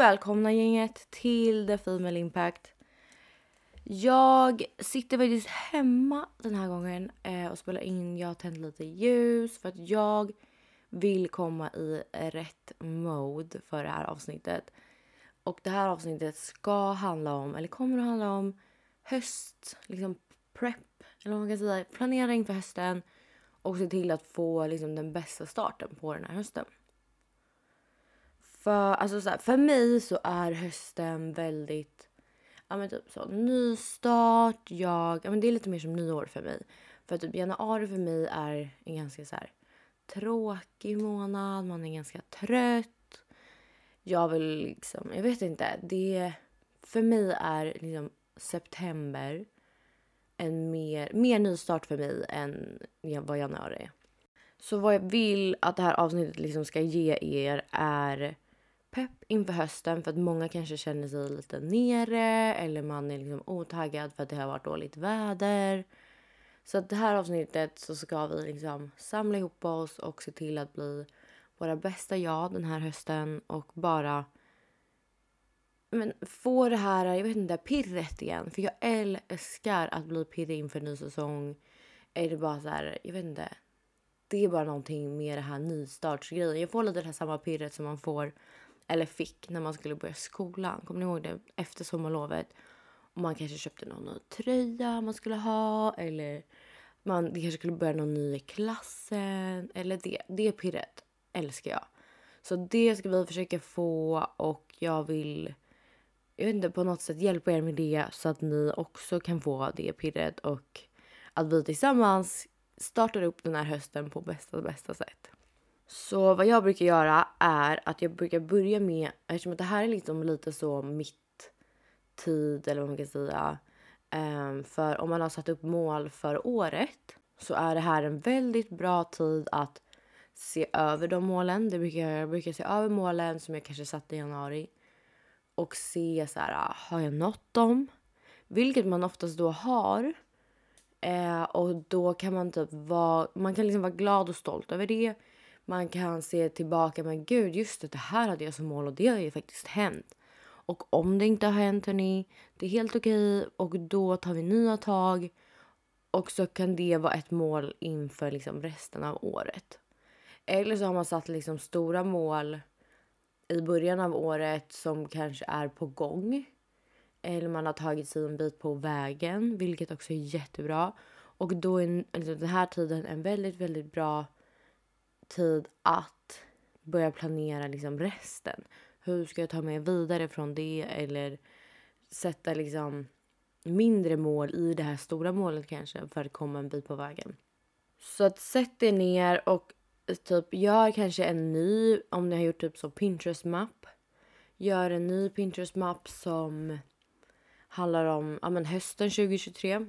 välkomna gänget till The Female Impact. Jag sitter faktiskt hemma den här gången och spelar in. Jag har tänt lite ljus för att jag vill komma i rätt mode för det här avsnittet. Och det här avsnittet ska handla om, eller kommer att handla om höst, liksom prep, eller vad man kan säga, planering för hösten och se till att få liksom den bästa starten på den här hösten. För mig så är hösten väldigt, typ så nystart. Det är lite mer som nyår för mig. För typ januari för mig är en ganska så här tråkig månad. Man är ganska trött. Jag vet inte. För mig är liksom september en mer nystart för mig än vad januari är. Så vad jag vill att det här avsnittet liksom ska ge er är pepp inför hösten, för att många kanske känner sig lite nere eller man är liksom otaggad för att det har varit dåligt väder. Så att det här avsnittet så ska vi liksom samla ihop oss och se till att bli våra bästa jag den här hösten och bara få det här, pirret igen. För jag älskar att bli pirrig inför en ny säsong. Är det bara så här, det är bara någonting med det här nystartsgrejen. Jag får lite det här samma pirret som man får eller fick när man skulle börja skolan. Kommer ni ihåg det? Efter sommarlovet. Och man kanske köpte någon ny tröja man skulle ha. Eller det kanske skulle börja någon ny i klassen. Eller det pirret älskar jag. Så det ska vi försöka få. Och jag vill på något sätt hjälpa er med det. Så att ni också kan få det pirret. Och att vi tillsammans startar upp den här hösten på bästa sätt. Så vad jag brukar göra är att jag brukar börja med, eftersom att det här är liksom lite så mitt tid eller vad man kan säga. För om man har satt upp mål för året så är det här en väldigt bra tid att se över de målen. Jag brukar se över målen som jag kanske satte i januari och se så här, har jag nått dem? Vilket man oftast då har. Och då kan man man kan liksom vara glad och stolt över det. Man kan se tillbaka, men gud, just det här hade jag som mål och det har ju faktiskt hänt. Och om det inte har hänt, hörni, det är helt okej. Och då tar vi nya tag. Och så kan det vara ett mål inför liksom resten av året. Eller så har man satt liksom stora mål i början av året som kanske är på gång. Eller man har tagit sig en bit på vägen, vilket också är jättebra. Och då är den här tiden en väldigt, väldigt bra tid att börja planera liksom resten. Hur ska jag ta mig vidare från det? Eller sätta liksom mindre mål i det här stora målet kanske för att komma en bit på vägen. Så att sätt er ner och typ gör kanske en ny, om ni har gjort typ så Pinterest-mapp. Gör en ny Pinterest-mapp som handlar om hösten 2023.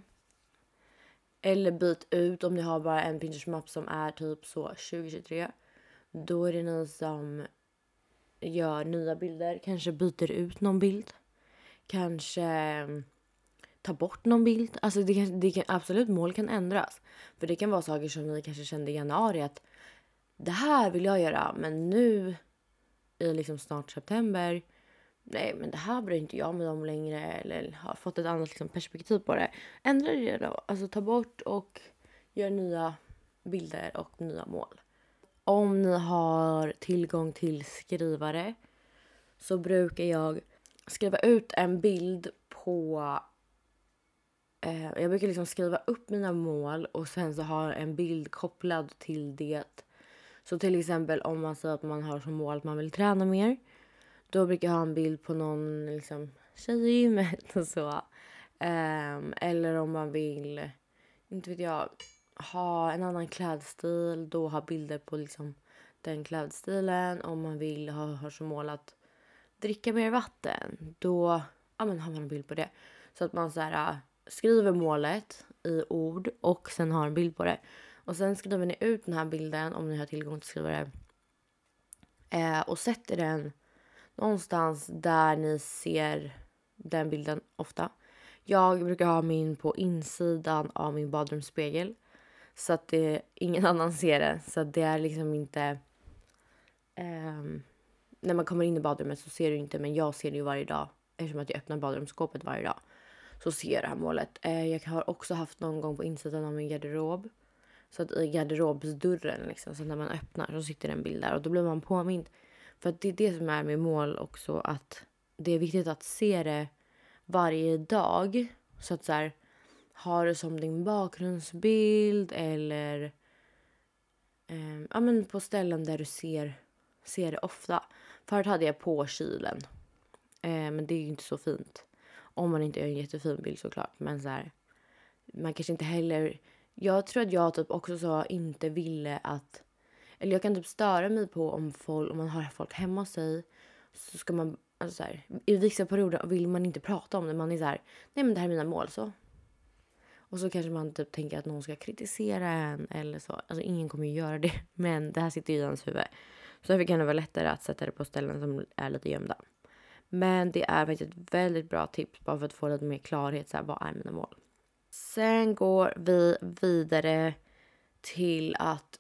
Eller byt ut om ni har bara en Pinterest-mapp som är typ så 2023. Då är det ni som gör nya bilder. Kanske byter ut någon bild. Kanske ta bort någon bild. Alltså det kan absolut, mål kan ändras. För det kan vara saker som ni kanske kände i januari att det här vill jag göra. Men nu i liksom snart september. Nej, men det här bryr inte jag mig om längre. Eller har fått ett annat liksom perspektiv på det. Ändra det då. Alltså ta bort och gör nya bilder och nya mål. Om ni har tillgång till skrivare så brukar jag skriva ut en bild på... jag brukar liksom skriva upp mina mål och sen så har en bild kopplad till det. Så till exempel om man säger att man har som mål att man vill träna mer. Då brukar jag ha en bild på någon liksom, tjej i gymmet och så. Eller om man vill, inte vet jag, ha en annan klädstil. Då ha bilder på liksom, den klädstilen. Om man vill ha som mål att dricka mer vatten. Då har man en bild på det. Så att man så här, skriver målet i ord och sen har en bild på det. Och sen skriver ni ut den här bilden om ni har tillgång till skrivare. Och sätter den någonstans där ni ser den bilden ofta. Jag brukar ha min på insidan av min badrumsspegel. Så att ingen annan ser den. Så att det är liksom inte... när man kommer in i badrummet så ser du inte, men jag ser det ju varje dag. Eftersom att jag öppnar badrumsskåpet varje dag. Så ser jag det här målet. Jag har också haft någon gång på insidan av min garderob. Så att i garderobsdörren liksom, så när man öppnar så sitter en bild där. Och då blir man påmind. För att det är det som är med mål också. Att det är viktigt att se det varje dag. Så att så här, ha det som din bakgrundsbild. Eller ja, men på ställen där du ser det ofta. Förut hade jag på kylen. Men det är ju inte så fint. Om man inte gör en jättefin bild såklart. Men så här, man kanske inte heller... Jag tror att jag typ också så inte ville att... Eller jag kan typ störa mig på om man har folk hemma hos sig. Så ska man... Alltså så här, i vissa perioder vill man inte prata om det. Man är så här, nej men det här är mina mål så. Och så kanske man typ tänker att någon ska kritisera en eller så. Alltså ingen kommer ju göra det. Men det här sitter ju i hans huvud. Så därför kan det vara lättare att sätta det på ställen som är lite gömda. Men det är faktiskt ett väldigt bra tips bara för att få lite mer klarhet. Så här, vad är mina mål? Sen går vi vidare till att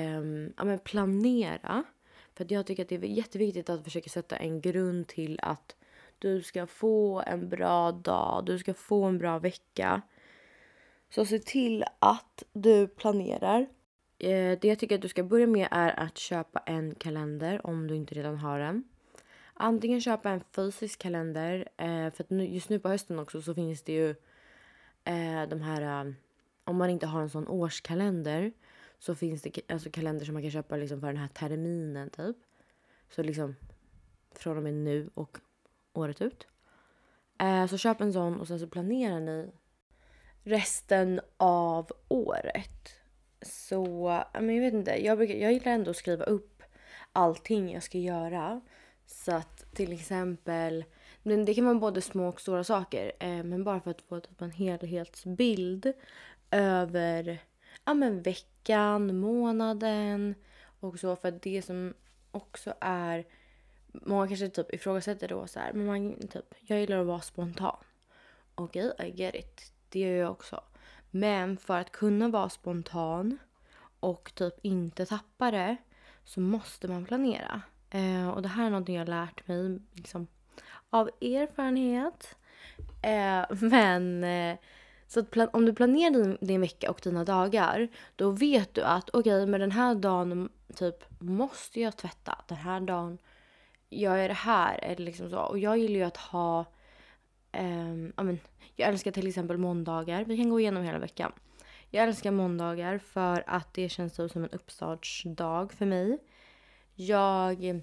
planera. För att jag tycker att det är jätteviktigt att försöka sätta en grund till att du ska få en bra dag. Du ska få en bra vecka. Så se till att du planerar. Det jag tycker att du ska börja med är att köpa en kalender om du inte redan har en. Antingen köpa en fysisk kalender. För att just nu på hösten också så finns det ju de här... om man inte har en sån årskalender så finns det alltså kalender som man kan köpa liksom för den här terminen typ. Så liksom från och med nu och året ut. Så köp en sån och sen så planerar ni resten av året. Så men jag vet inte, jag gillar ändå att skriva upp allting jag ska göra. Så att till exempel, men det kan vara både små och stora saker. Men bara för att få typ en helhetsbild över veckan, månaden och så. För att det som också är, många kanske typ ifrågasätter då så här, men man typ, jag gillar att vara spontan. Okej, I get it. Det gör jag också. Men för att kunna vara spontan och typ inte tappa det så måste man planera. Och det här är någonting jag har lärt mig liksom, av erfarenhet. Så att om du planerar din vecka och dina dagar, då vet du att okej, men den här dagen typ måste jag tvätta. Den här dagen gör jag det här. Eller liksom så. Och jag gillar ju att ha... jag älskar till exempel måndagar. Vi kan gå igenom hela veckan. Jag älskar måndagar för att det känns som en uppstartsdag för mig. Jag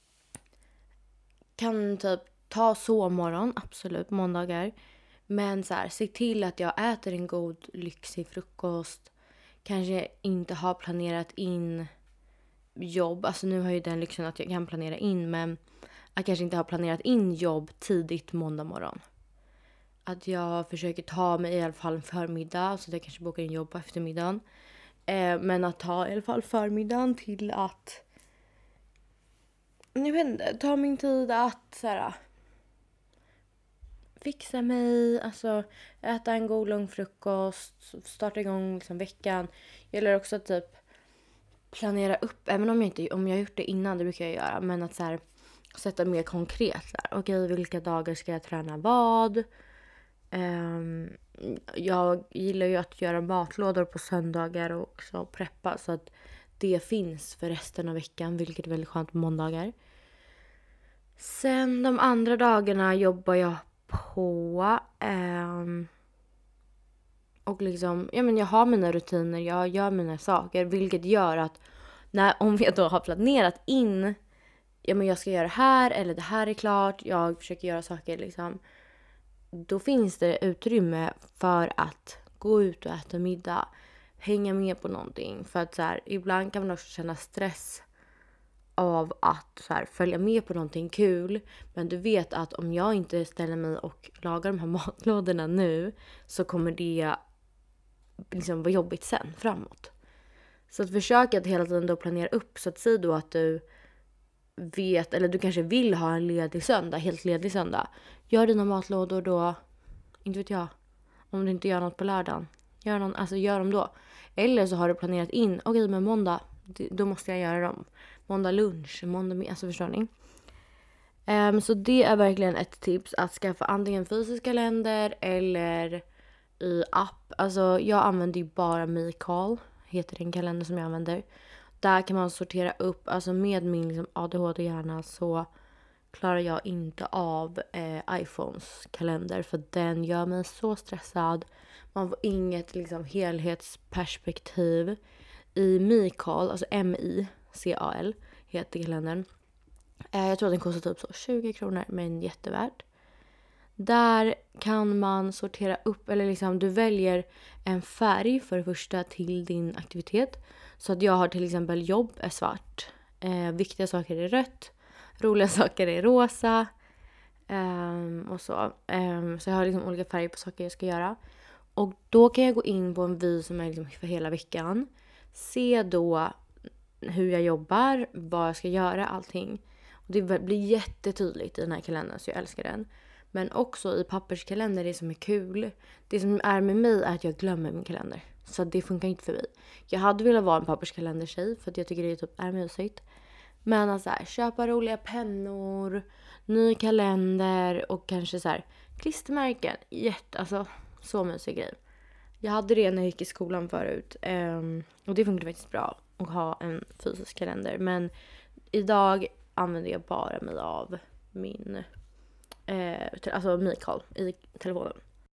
kan typ ta sovmorgon, absolut, måndagar. Men så här, se till att jag äter en god, lyxig frukost. Kanske inte har planerat in jobb. Alltså nu har jag ju den lyxen att jag kan planera in. Men att kanske inte ha planerat in jobb tidigt måndag morgon. Att jag försöker ta mig i alla fall en förmiddag. Så att jag kanske bokar in jobb på eftermiddagen. Men att ta i alla fall förmiddagen till att... Jag vet inte, ta min tid att så här, fixa mig, alltså äta en god lång frukost, starta igång liksom veckan. Jag gillar också att typ planera upp, även om jag har gjort det innan, det brukar jag göra, men att så här, sätta mer konkret så här, okej, vilka dagar ska jag träna vad? Jag gillar ju att göra matlådor på söndagar och också preppa så att det finns för resten av veckan, vilket är väldigt skönt på måndagar. Sen de andra dagarna jobbar jag på och liksom, jag har mina rutiner, jag gör mina saker, vilket gör att om jag då har planerat in, jag ska göra det här eller det här är klart, jag försöker göra saker liksom, då finns det utrymme för att gå ut och äta middag, hänga med på någonting, för att så här, ibland kan man också känna stress av att så här, följa med på någonting kul. Men du vet att om jag inte ställer mig och lagar de här matlådorna nu så kommer det liksom vara jobbigt sen framåt. Så att försöka att hela tiden då planera upp. Så att säg då att du vet, eller du kanske vill ha en ledig söndag, helt ledig söndag. Gör dina matlådor då, inte vet jag, om du inte gör något på lördagen. Gör dem då. Eller så har du planerat in, okej, men måndag, då måste jag göra dem. Måndag lunch, alltså förstår ni? Så det är verkligen ett tips att skaffa antingen fysisk kalender eller i app. Alltså jag använder ju bara Micall, heter den kalender som jag använder. Där kan man sortera upp, alltså med min liksom ADHD-hjärna så klarar jag inte av iPhones kalender för den gör mig så stressad. Man får inget liksom helhetsperspektiv. I Micall, alltså MICAL heter kalendern. Jag tror att den kostar typ så 20 kronor men jättevärt. Där kan man sortera upp, eller liksom du väljer en färg för det första till din aktivitet. Så att jag har till exempel jobb är svart, viktiga saker är rött, roliga saker är rosa och så. Så jag har liksom olika färger på saker jag ska göra. Och då kan jag gå in på en vy som är liksom för hela veckan. Se då hur jag jobbar, vad jag ska göra, allting. Och det blir jättetydligt i den här kalendern så jag älskar den. Men också i papperskalender, det som är kul. Det som är med mig är att jag glömmer min kalender. Så det funkar inte för mig. Jag hade velat vara en papperskalender-tjej för att jag tycker det typ är mysigt. Men att så här, köpa roliga pennor, ny kalender och kanske så här klistermärken. Alltså så mysig grej. Jag hade det när jag gick i skolan förut. Och det funkade faktiskt bra att ha en fysisk kalender. Men idag använder jag bara mig av min alltså Micall i telefonen.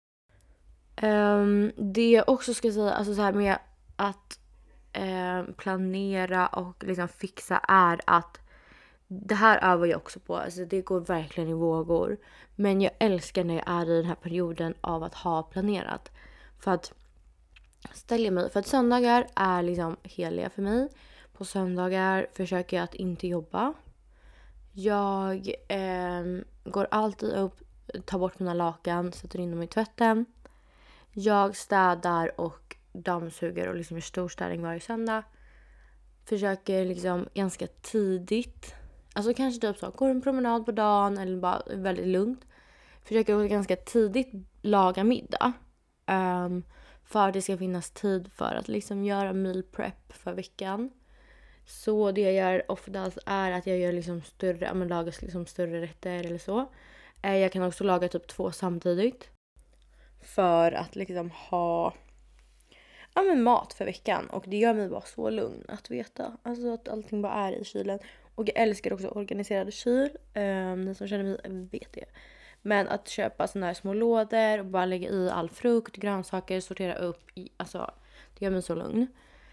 Det jag också ska säga, alltså så här med att planera och liksom fixa är att det här övar jag också på. Alltså det går verkligen i vågor. Men jag älskar när jag är i den här perioden av att ha planerat. För att för att söndagar är liksom heliga för mig. På söndagar försöker jag att inte jobba. Jag går alltid upp, tar bort mina lakan, sätter in dem i tvätten. Jag städar och dammsuger och liksom gör storstädning varje söndag. Försöker liksom ganska tidigt, alltså kanske typ så, går en promenad på dagen eller bara väldigt lugnt. Försöker ganska tidigt laga middag. För att det ska finnas tid för att liksom göra meal prep för veckan. Så det jag gör oftast är att jag gör liksom lagar liksom större rätter eller så. Jag kan också laga typ 2 samtidigt. För att liksom ha mat för veckan. Och det gör mig bara så lugn att veta. Alltså att allting bara är i kylen. Och jag älskar också organiserade kyl. Ni som känner mig vet det. Men att köpa såna här små lådor och bara lägga i all frukt, grönsaker, sortera upp. Alltså det gör mig så lugn.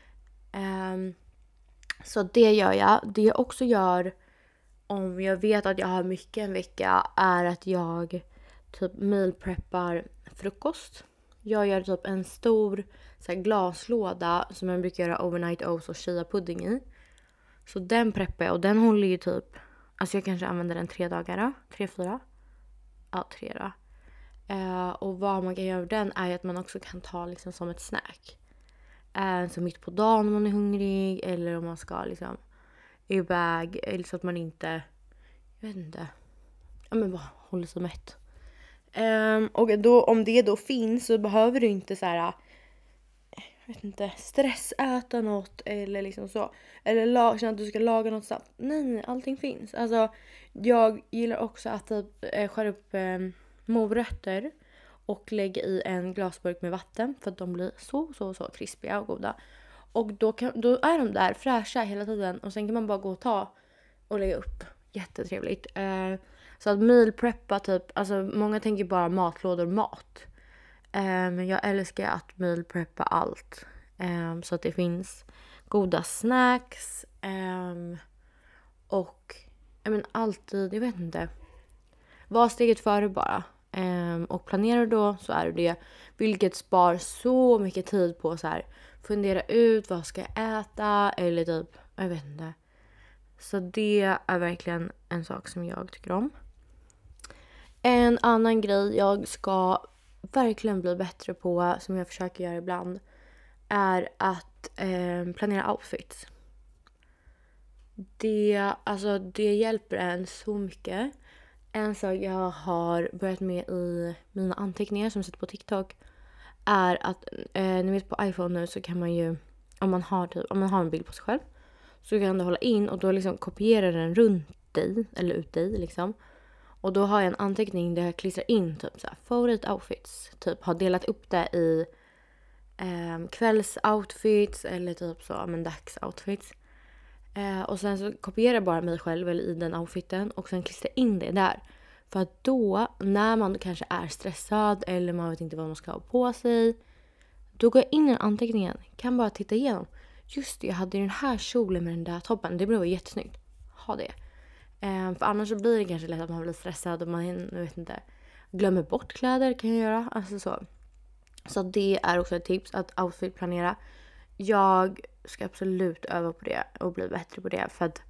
Så det gör jag. Det jag också gör om jag vet att jag har mycket en vecka är att jag typ meal preppar frukost. Jag gör typ en stor så här, glaslåda som jag brukar göra overnight oats och chia pudding i. Så den preppar jag och den håller ju typ, alltså jag kanske använder den 3 dagar, 3-4. Ja, 3 då. Och vad man kan göra av den är att man också kan ta liksom som ett snack. Så mitt på dagen om man är hungrig eller om man ska liksom iväg eller så att man inte, jag vet inte, ja men bara håller sig mätt. Och då, om det då finns så behöver du inte så här, jag vet inte, stressäta något eller liksom så. Eller känna att du ska laga något snabbt. Nej, allting finns. Alltså, jag gillar också att typ skära upp morötter och lägga i en glasburk med vatten för att de blir så krispiga och goda. Och då är de där fräscha hela tiden och sen kan man bara gå och ta och lägga upp. Jättetrevligt. Så att meal preppa typ, alltså många tänker bara matlådor mat. Men jag älskar att meal preppa allt. Så att det finns goda snacks. Och alltid, jag vet inte. Var steget före bara. Och planerar då så är det. Vilket spar så mycket tid på så här fundera ut vad ska jag äta eller typ, jag vet inte. Så det är verkligen en sak som jag tycker om. En annan grej jag ska verkligen bli bättre på, som jag försöker göra ibland, är att planera outfits. Det hjälper en så mycket. En sak jag har börjat med i mina anteckningar som jag sitter på TikTok är att ni vet på iPhone nu så kan man ju, om man har en bild på sig själv så kan du hålla in och då liksom kopiera den runt dig eller ut dig liksom. Och då har jag en anteckning där jag klistrar in typ så här favoritoutfits. Typ har delat upp det i kvällsoutfits eller typ så, men dagsoutfits. Och sen så kopierar jag bara mig själv eller i den outfiten och sen klistrar in det där. För att då, när man kanske är stressad eller man vet inte vad man ska ha på sig, då går jag in i anteckningen, kan bara titta igenom. Just det, jag hade den här kjolen med den där toppen, det blev jättesnyggt. Ha det. För annars så blir det kanske lätt att man blir stressad och man vet inte, glömmer bort kläder kan jag göra. Alltså så. Så det är också ett tips att outfitplanera. Jag ska absolut öva på det och bli bättre på det. För att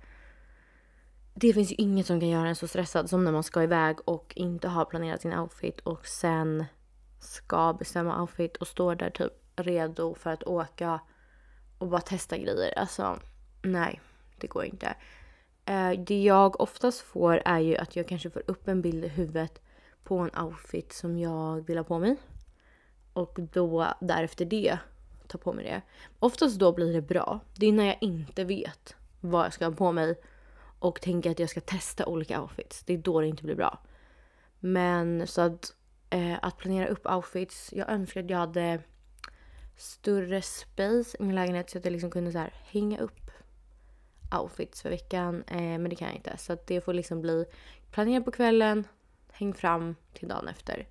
det finns ju inget som kan göra en så stressad som när man ska iväg och inte har planerat sin outfit och sen ska bestämma outfit och står där typ redo för att åka och bara testa grejer. Alltså nej, det går inte. Det jag oftast får är ju att jag kanske får upp en bild i huvudet på en outfit som jag vill ha på mig. Och då därefter det ta på mig det. Oftast då blir det bra. Det är när jag inte vet vad jag ska ha på mig och tänker att jag ska testa olika outfits. Det är då det inte blir bra. Men så att planera upp outfits. Jag önskar att jag hade större space i min lägenhet så att jag liksom kunde så här hänga upp outfits för veckan. Men det kan jag inte. Så att det får liksom bli planera på kvällen, häng fram till dagen efter.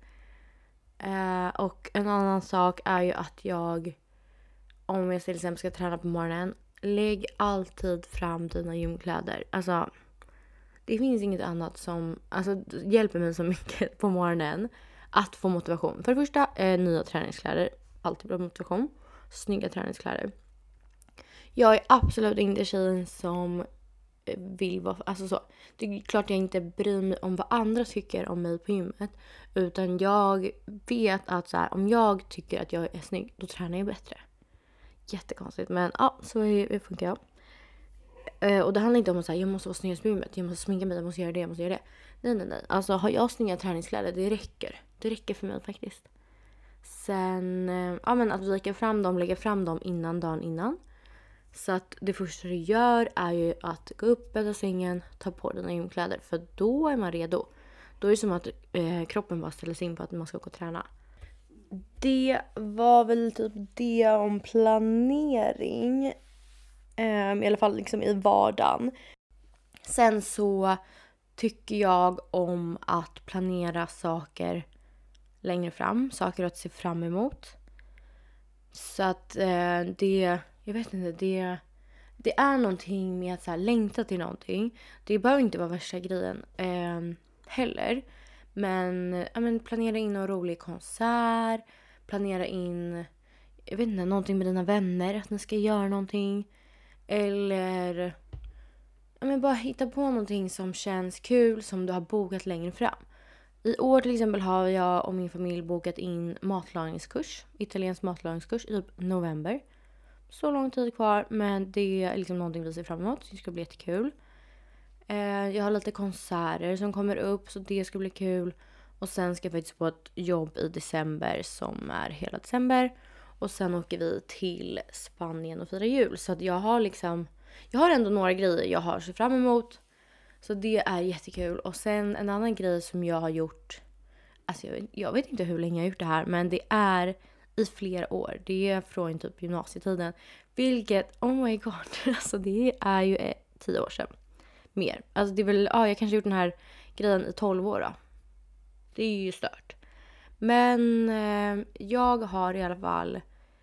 Och en annan sak är ju att om jag till exempel ska träna på morgonen, lägg alltid fram dina gymkläder. Alltså det finns inget annat som hjälper mig så mycket på morgonen att få motivation. För det första, nya träningskläder. Alltid bra motivation. Snygga träningskläder. Jag är absolut inte tjejen som vill vara... Alltså så. Det är klart jag inte bryr mig om vad andra tycker om mig på gymmet. Utan jag vet att så här, om jag tycker att jag är snygg, då tränar jag bättre. Jättekonstigt. Men ja, så funkar jag. Och det handlar inte om att säga jag måste vara snygg på gymmet. Jag måste sminka mig, jag måste göra det. Nej. Alltså har jag snygga träningskläder, det räcker. Det räcker för mig faktiskt. Sen, men att lägga fram dem dagen innan. Så att det första du gör är ju att gå upp, bädda sängen, ta på dina gymkläder. För då är man redo. Då är det som att kroppen bara ställer sig in på att man ska gå och träna. Det var väl typ det om planering. I alla fall liksom i vardagen. Sen så tycker jag om att planera saker längre fram. Saker att se fram emot. Så att jag vet inte, det är någonting med att så här, längta till någonting. Det behöver inte vara värsta grejen heller. Men planera in en rolig konsert. Planera in, jag vet inte, någonting med dina vänner. Att ni ska göra någonting. Eller bara hitta på någonting som känns kul. Som du har bokat längre fram. I år till exempel har jag och min familj bokat in italiensk matlagningskurs i typ november. Så lång tid kvar, men det är liksom någonting vi ser fram emot. Det ska bli jättekul. Jag har lite konserter som kommer upp, så det ska bli kul. Och sen ska jag faktiskt på ett jobb i december som är hela december. Och sen åker vi till Spanien och firar jul. Så att jag har ändå några grejer jag har sett fram emot. Så det är jättekul. Och sen en annan grej som jag har gjort. Alltså jag vet inte hur länge jag har gjort det här. Men det är i flera år. Det är från typ gymnasietiden. Vilket, oh my god. Alltså det är ju 10 år sedan. Mer. Alltså det är väl, jag kanske gjort den här grejen i 12 år då. Det är ju stört. Men jag har i alla fall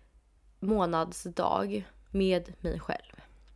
månadsdag med mig själv.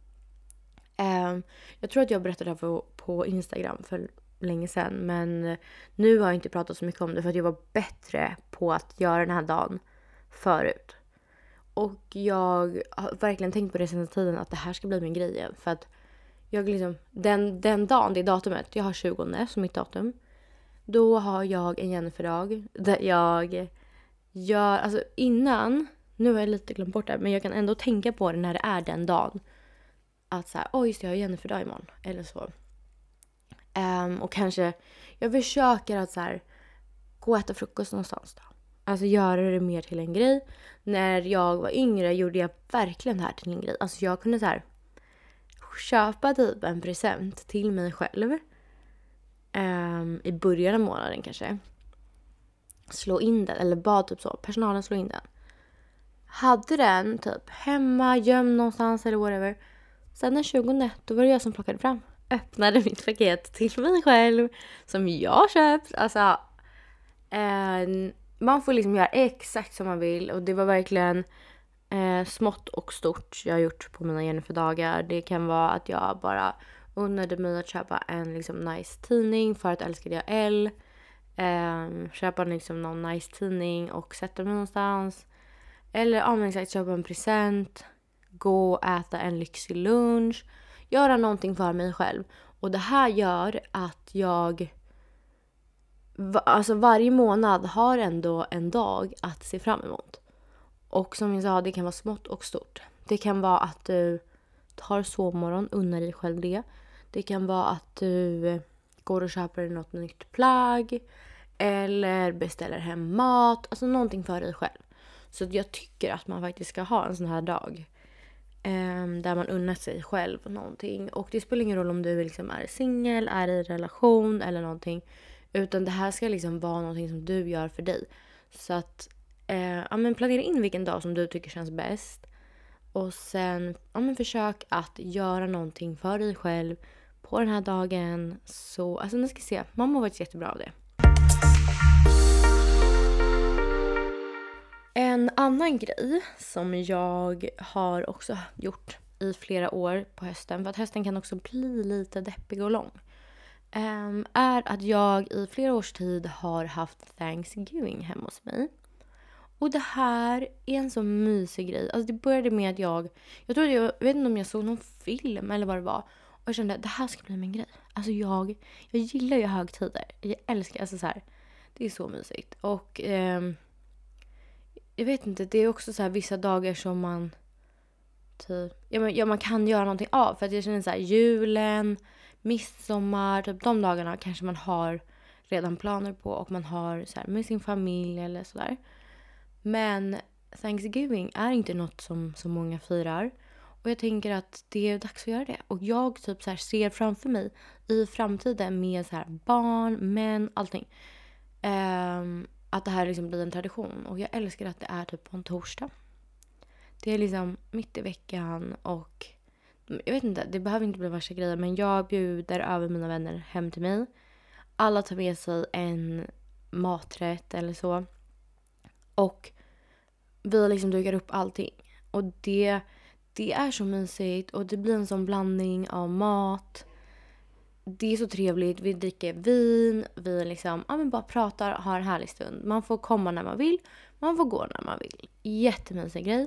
Jag tror att jag berättade det här på Instagram för länge sedan. Men nu har jag inte pratat så mycket om det för att jag var bättre på att göra den här dagen förut. Och jag har verkligen tänkt på det senaste tiden att det här ska bli min grej igen. För att jag liksom, den dagen, det datumet, jag har 20 som mitt datum. Då har jag en Jennifer-dag där jag gör, alltså innan, nu har jag lite glömt bort det, men jag kan ändå tänka på det när det är den dagen. Att så här, just det, jag har Jennifer-dag imorgon, eller så. Och kanske, jag försöker att så här, gå och äta frukost någonstans då. Alltså göra det mer till en grej. När jag var yngre gjorde jag verkligen det här till en grej. Alltså jag kunde så här köpa typ en present till mig själv. i början av månaden kanske. Slå in den, eller bad typ så. Personalen slå in den. Hade den typ hemma, gömd någonstans eller whatever. Sen den 20, då var det jag som plockade fram. Öppnade mitt paket till mig själv. Som jag köpt. Alltså, man får liksom göra exakt som man vill. Och det var verkligen smått och stort jag har gjort på mina Jennifer-dagar. Det kan vara att jag bara unnade mig att köpa en liksom nice tidning för att älskade jag Elle. Köpa liksom någon nice tidning och sätta mig någonstans. Eller men exakt, köpa en present. Gå och äta en lyxig lunch. Göra någonting för mig själv. Och det här gör att jag alltså varje månad har ändå en dag att se fram emot. Och som jag sa, det kan vara smått och stort. Det kan vara att du tar sovmorgon, unnar dig själv det. Det kan vara att du går och köper något nytt plagg. Eller beställer hem mat. Alltså någonting för dig själv. Så jag tycker att man faktiskt ska ha en sån här dag. Där man unnar sig själv någonting. Och det spelar ingen roll om du liksom är singel, är i relation eller någonting. Utan det här ska liksom vara någonting som du gör för dig. Så att men planera in vilken dag som du tycker känns bäst. Och sen men försök att göra någonting för dig själv på den här dagen. Så alltså ni ska se, man mår faktiskt jättebra av det. En annan grej som jag har också gjort i flera år på hösten, för att hösten kan också bli lite deppig och lång, är att jag i flera års tid har haft Thanksgiving hemma hos mig. Och det här är en så mysig grej. Alltså det började med att jag vet inte om jag såg någon film eller vad det var. Och jag kände att det här ska bli min grej. Alltså jag gillar ju högtider. Jag älskar, alltså så här, det är så mysigt. Och jag vet inte, det är också så här vissa dagar som man typ, man kan göra någonting av. För att jag känner så här, julen, midsommar, typ de dagarna kanske man har redan planer på. Och man har så här med sin familj eller sådär. Men Thanksgiving är inte något som så många firar. Och jag tänker att det är dags att göra det. Och jag typ så här ser framför mig i framtiden med så här barn, män, allting. Att det här liksom blir en tradition. Och jag älskar att det är typ på en torsdag. Det är liksom mitt i veckan och jag vet inte, det behöver inte bli värsta grejer. Men jag bjuder över mina vänner hem till mig. Alla tar med sig en maträtt eller så. Och vi liksom dukar upp allting. Och det är så mysigt. Och det blir en sån blandning av mat. Det är så trevligt. Vi dricker vin. Vi liksom, men bara pratar, har en härlig stund. Man får komma när man vill. Man får gå när man vill. Jättemysig grej.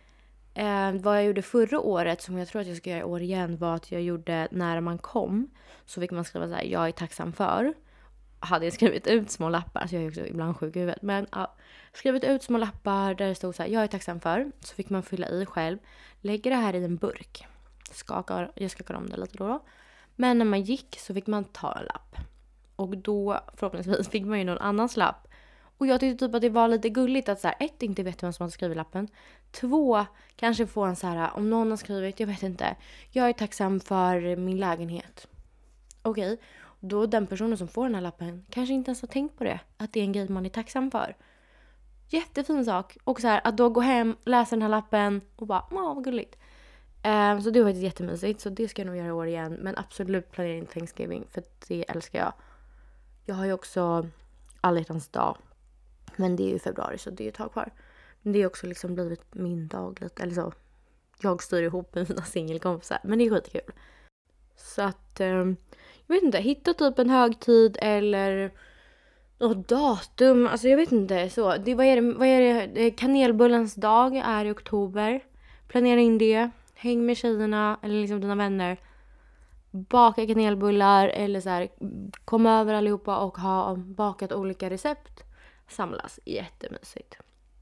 Vad jag gjorde förra året, som jag tror att jag ska göra i år igen, var att jag gjorde när man kom. Så fick man skriva så här, jag är tacksam för. Hade jag skrivit ut små lappar, så jag är också ibland sjuk i huvudet. Men skrivit ut små lappar där det stod så här, jag är tacksam för. Så fick man fylla i själv. Lägger det här i en burk. Jag skakar om det lite då. Men när man gick så fick man ta en lapp. Och då förhoppningsvis fick man ju någon annans lapp. Och jag tyckte typ att det var lite gulligt att så här, ett, inte vet vem som har skrivit lappen. 2, kanske få en så här, om någon har skrivit, jag vet inte. Jag är tacksam för min lägenhet. Okej. Då den personen som får den här lappen kanske inte ens har tänkt på det. Att det är en grej man är tacksam för. Jättefin sak. Och så här, att då gå hem, läsa den här lappen och bara, vad gulligt. Så det var faktiskt jättemysigt. Så det ska jag nog göra i år igen. Men absolut planera in Thanksgiving. För det älskar jag. Jag har ju också alla hjärtans dag. Men det är ju februari så det är ett tag kvar. Men det är också liksom blivit min dag lite. Eller så. Jag styr ihop med mina singelkompisar. Men det är skitkul. Så att jag vet inte, hitta typ en högtid eller något datum. Alltså jag vet inte så. Vad är det? Kanelbullens dag är i oktober. Planera in det. Häng med tjejerna eller liksom dina vänner. Baka kanelbullar eller så här, kom över allihopa och ha bakat olika recept. Samlas. Jättemysigt.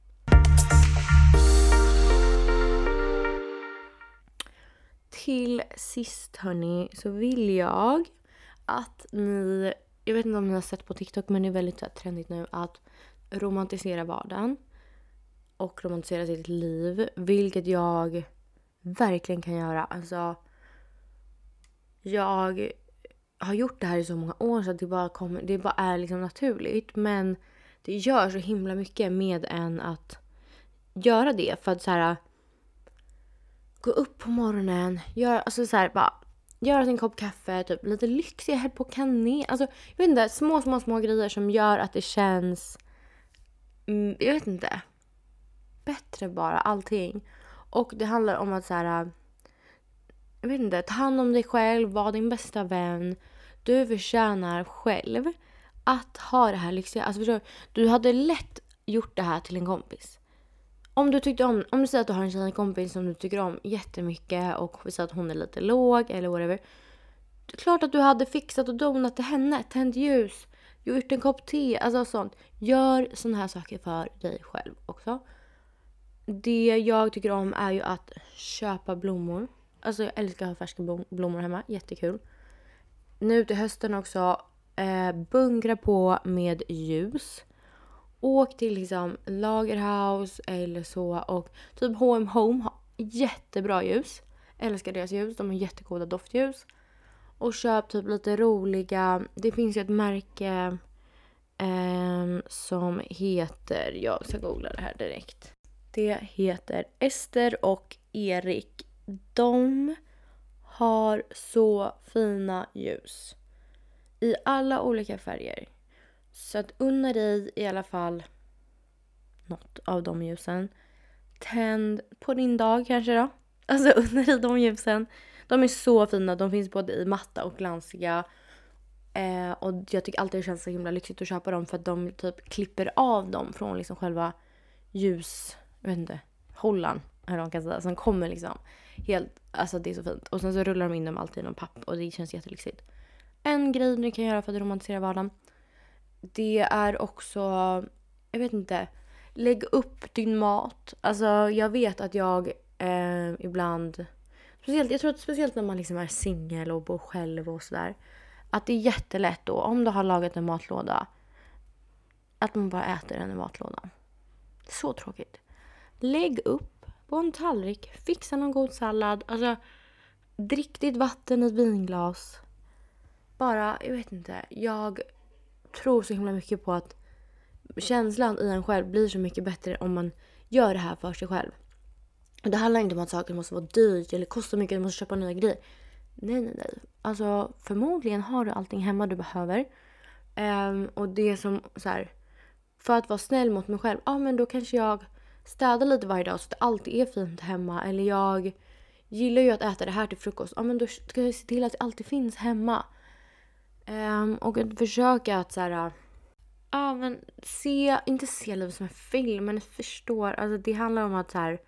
Till sist hörni, så vill jag att ni, jag vet inte om ni har sett på TikTok, men det är väldigt så här trendigt nu att romantisera vardagen och romantisera sitt liv, vilket jag verkligen kan göra. Alltså jag har gjort det här i så många år så att det bara är liksom naturligt. Men det gör så himla mycket med en att göra det. För att så här, gå upp på morgonen, göra sin kopp kaffe, typ lite lyxig, häll på kanel. Alltså, jag vet inte, små grejer som gör att det känns, jag vet inte, bättre bara, allting. Och det handlar om att så här, jag vet inte, ta hand om dig själv, var din bästa vän. Du förtjänar själv att ha det här lyxiga. Alltså förstår du hade lätt gjort det här till en kompis. Om du säger att du har en tjejkompis som du tycker om jättemycket och vi säger att hon är lite låg eller whatever. Det är klart att du hade fixat och donat till henne, tänt ljus, gjort en kopp te, alltså sånt. Gör såna här saker för dig själv också. Det jag tycker om är ju att köpa blommor. Alltså jag älskar att ha färska blommor hemma, jättekul. Nu till hösten också, bunkra på med ljus. Åk till liksom Lagerhaus eller så och typ H&M Home har jättebra ljus. Älskar deras ljus, de har jättegoda doftljus. Och köp typ lite roliga, det finns ju ett märke som heter, jag ska googla det här direkt. Det heter Ester och Erik. De har så fina ljus i alla olika färger. Så att unna dig i alla fall något av de ljusen. Tänd på din dag kanske då. Alltså unna dig de ljusen. De är så fina. De finns både i matta och glansiga. Och jag tycker alltid det känns så himla lyxigt att köpa dem. För att de typ klipper av dem från liksom själva ljus, jag vet inte, hållan eller vad man kan säga. Som kommer liksom helt, alltså det är så fint. Och sen så rullar de in dem alltid i någon papp. Och det känns jättelyxigt. En grej du kan göra för att romantisera vardagen. Det är också, jag vet inte, lägg upp din mat. Alltså jag vet att jag ibland, jag tror att speciellt när man liksom är singel och bor själv och sådär, att det är jättelätt då, om du har lagat en matlåda, att man bara äter den i matlådan. Så tråkigt. Lägg upp på en tallrik, fixa någon god sallad, alltså drick ditt vatten i ett vinglas. Bara, jag vet inte, jag tror så himla mycket på att känslan i en själv blir så mycket bättre om man gör det här för sig själv. Och det handlar inte om att saker måste vara dyrt eller kosta mycket, du måste köpa nya grejer. Nej. Alltså förmodligen har du allting hemma du behöver. Och det som så här, för att vara snäll mot mig själv, men då kanske jag städar lite varje dag så att det alltid är fint hemma. Eller jag gillar ju att äta det här till frukost. Men då ska jag se till att det alltid finns hemma. Och att försöka att så här, men inte se livet som en film, men förstår, alltså det handlar om att så här,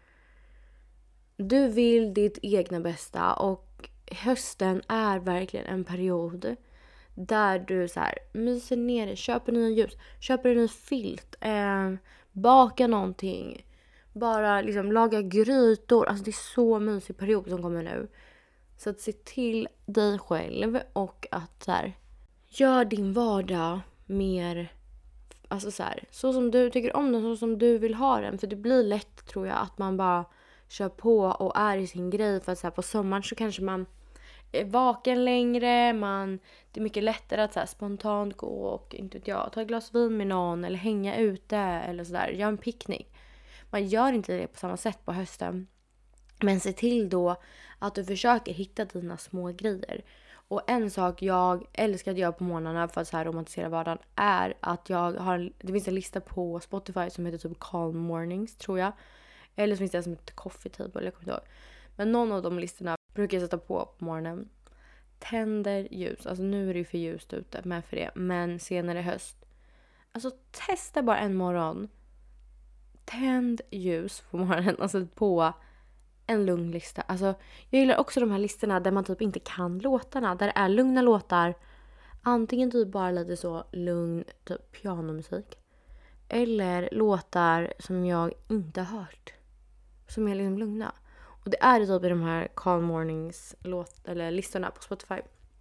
du vill ditt egna bästa och hösten är verkligen en period där du så här myser ner dig, köper nya ljus, köper en ny filt, baka någonting, bara liksom laga grytor. Alltså det är så mysig period som kommer nu. Så att se till dig själv och att så här, gör din vardag mer, alltså så som du tycker om den, så som du vill ha den. För det blir lätt, tror jag, att man bara kör på och är i sin grej. För att så här, på sommaren så kanske man är vaken längre. Det är mycket lättare att så här, spontant gå och, inte vet jag, ta ett glas vin med någon. Eller hänga ute eller sådär. Gör en picknick. Man gör inte det på samma sätt på hösten. Men se till då att du försöker hitta dina små grejer. Och en sak jag älskar att göra på morgnarna för att så här romantisera vardagen är att det finns en lista på Spotify som heter typ Calm Mornings, tror jag. Eller så finns det en som heter Coffee Table, eller jag kommer inte ihåg. Men någon av de listorna brukar jag sätta på morgonen. Tänder ljus. Alltså nu är det ju för ljust ute med för det. Men senare i höst. Alltså testa bara en morgon. Tänd ljus på morgonen. Alltså på en lugn lista. Alltså jag gillar också de här listorna där man typ inte kan låtarna. Där det är lugna låtar. Antingen typ bara lite så lugn typ pianomusik. Eller låtar som jag inte har hört. Som är liksom lugna. Och det är typ i de här Calm Mornings eller listorna på Spotify.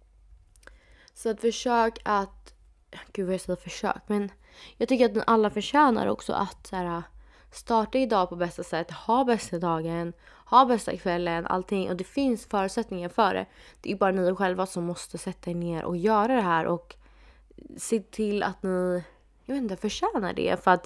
Så att försök att, gud vad jag säger försök, men jag tycker att alla förtjänar också att så här, starta idag på bästa sätt, ha bästa dagen, ha bästa kvällen, allting. Och det finns förutsättningar för det. Det är bara ni själva som måste sätta er ner och göra det här. Och se till att ni, jag vet inte, förtjänar det. För att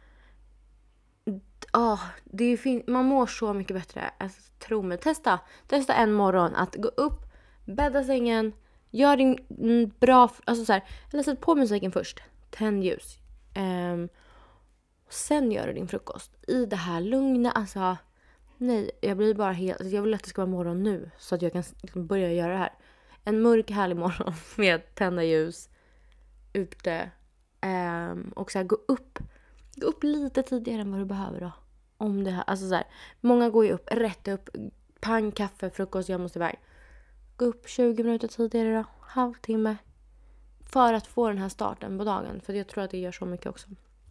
man mår så mycket bättre. Alltså, tro mig. Testa en morgon att gå upp, bädda sängen, gör din bra, alltså så här, eller sätt på musiken först. Tänd ljus. Sen gör du din frukost. I det här lugna, alltså nej, jag blir bara helt, jag vill att det ska vara morgon nu så att jag kan börja göra det här. En mörk härlig morgon med tända ljus ute och så här, gå upp lite tidigare än vad du behöver då. Om det här, alltså så här, många går ju upp, rätt upp, pang, kaffe, frukost, jag måste iväg. Gå upp 20 minuter tidigare då, halvtimme. För att få den här starten på dagen, för jag tror att det gör så mycket också.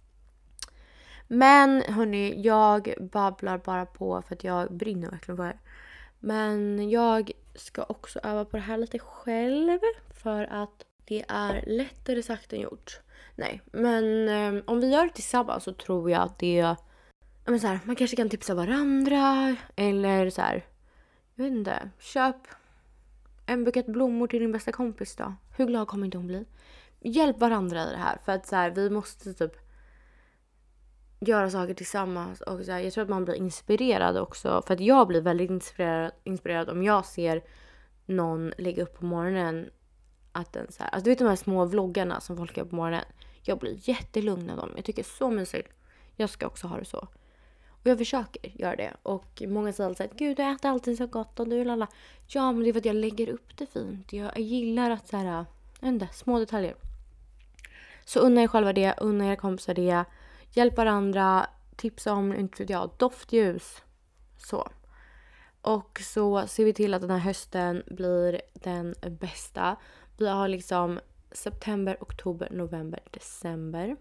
Men hörni, jag babblar bara på för att jag brinner verkligen för det. Men jag ska också öva på det här lite själv för att det är lättare sagt än gjort. Nej, men om vi gör det tillsammans så tror jag att det, men så här, man kanske kan tipsa varandra eller så här, jag vet inte, köp en bukett blommor till din bästa kompis då. Hur glad kommer inte hon bli? Hjälp varandra i det här för att så här, vi måste typ göra saker tillsammans och så här, jag tror att man blir inspirerad också, för att jag blir väldigt inspirerad om jag ser någon lägga upp på morgonen att den så här, alltså du vet de här små vloggarna som folk gör på morgonen. Jag blir jättelugn av dem. Jag tycker det är så mysigt. Jag ska också ha det så. Och jag försöker göra det. Och många säger alltid att gud, du äter alltid så gott och du lalla. Ja, men det är för att jag lägger upp det fint. Jag gillar att så här, små detaljer. Så unna er själva det, unna er kompisar det. Hjälp varandra, tipsa om, inte vet jag, doftljus. Så. Och så ser vi till att den här hösten blir den bästa. Vi har liksom september, oktober, november, december.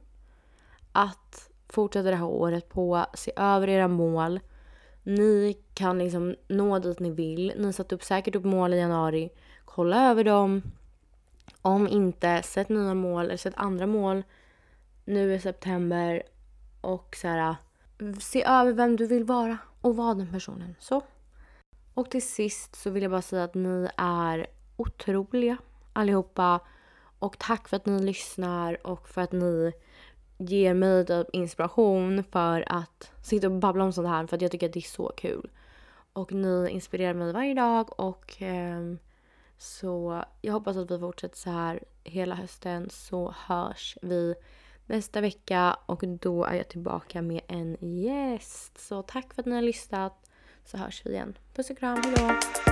Att fortsätta det här året på, se över era mål. Ni kan liksom nå dit ni vill. Ni satt säkert upp mål i januari. Kolla över dem. Om inte, sätt nya mål eller sätt andra mål nu i september. Och så här, se över vem du vill vara och vara den personen. Så. Och till sist så vill jag bara säga att ni är otroliga allihopa. Och tack för att ni lyssnar och för att ni ger mig inspiration för att sitta och babbla om sånt här. För att jag tycker att det är så kul. Och ni inspirerar mig varje dag. Och så jag hoppas att vi fortsätter så här hela hösten. Så hörs vi nästa vecka. Och då är jag tillbaka med en gäst. Så tack för att ni har lyssnat. Så hörs vi igen. Puss och kram, hejdå!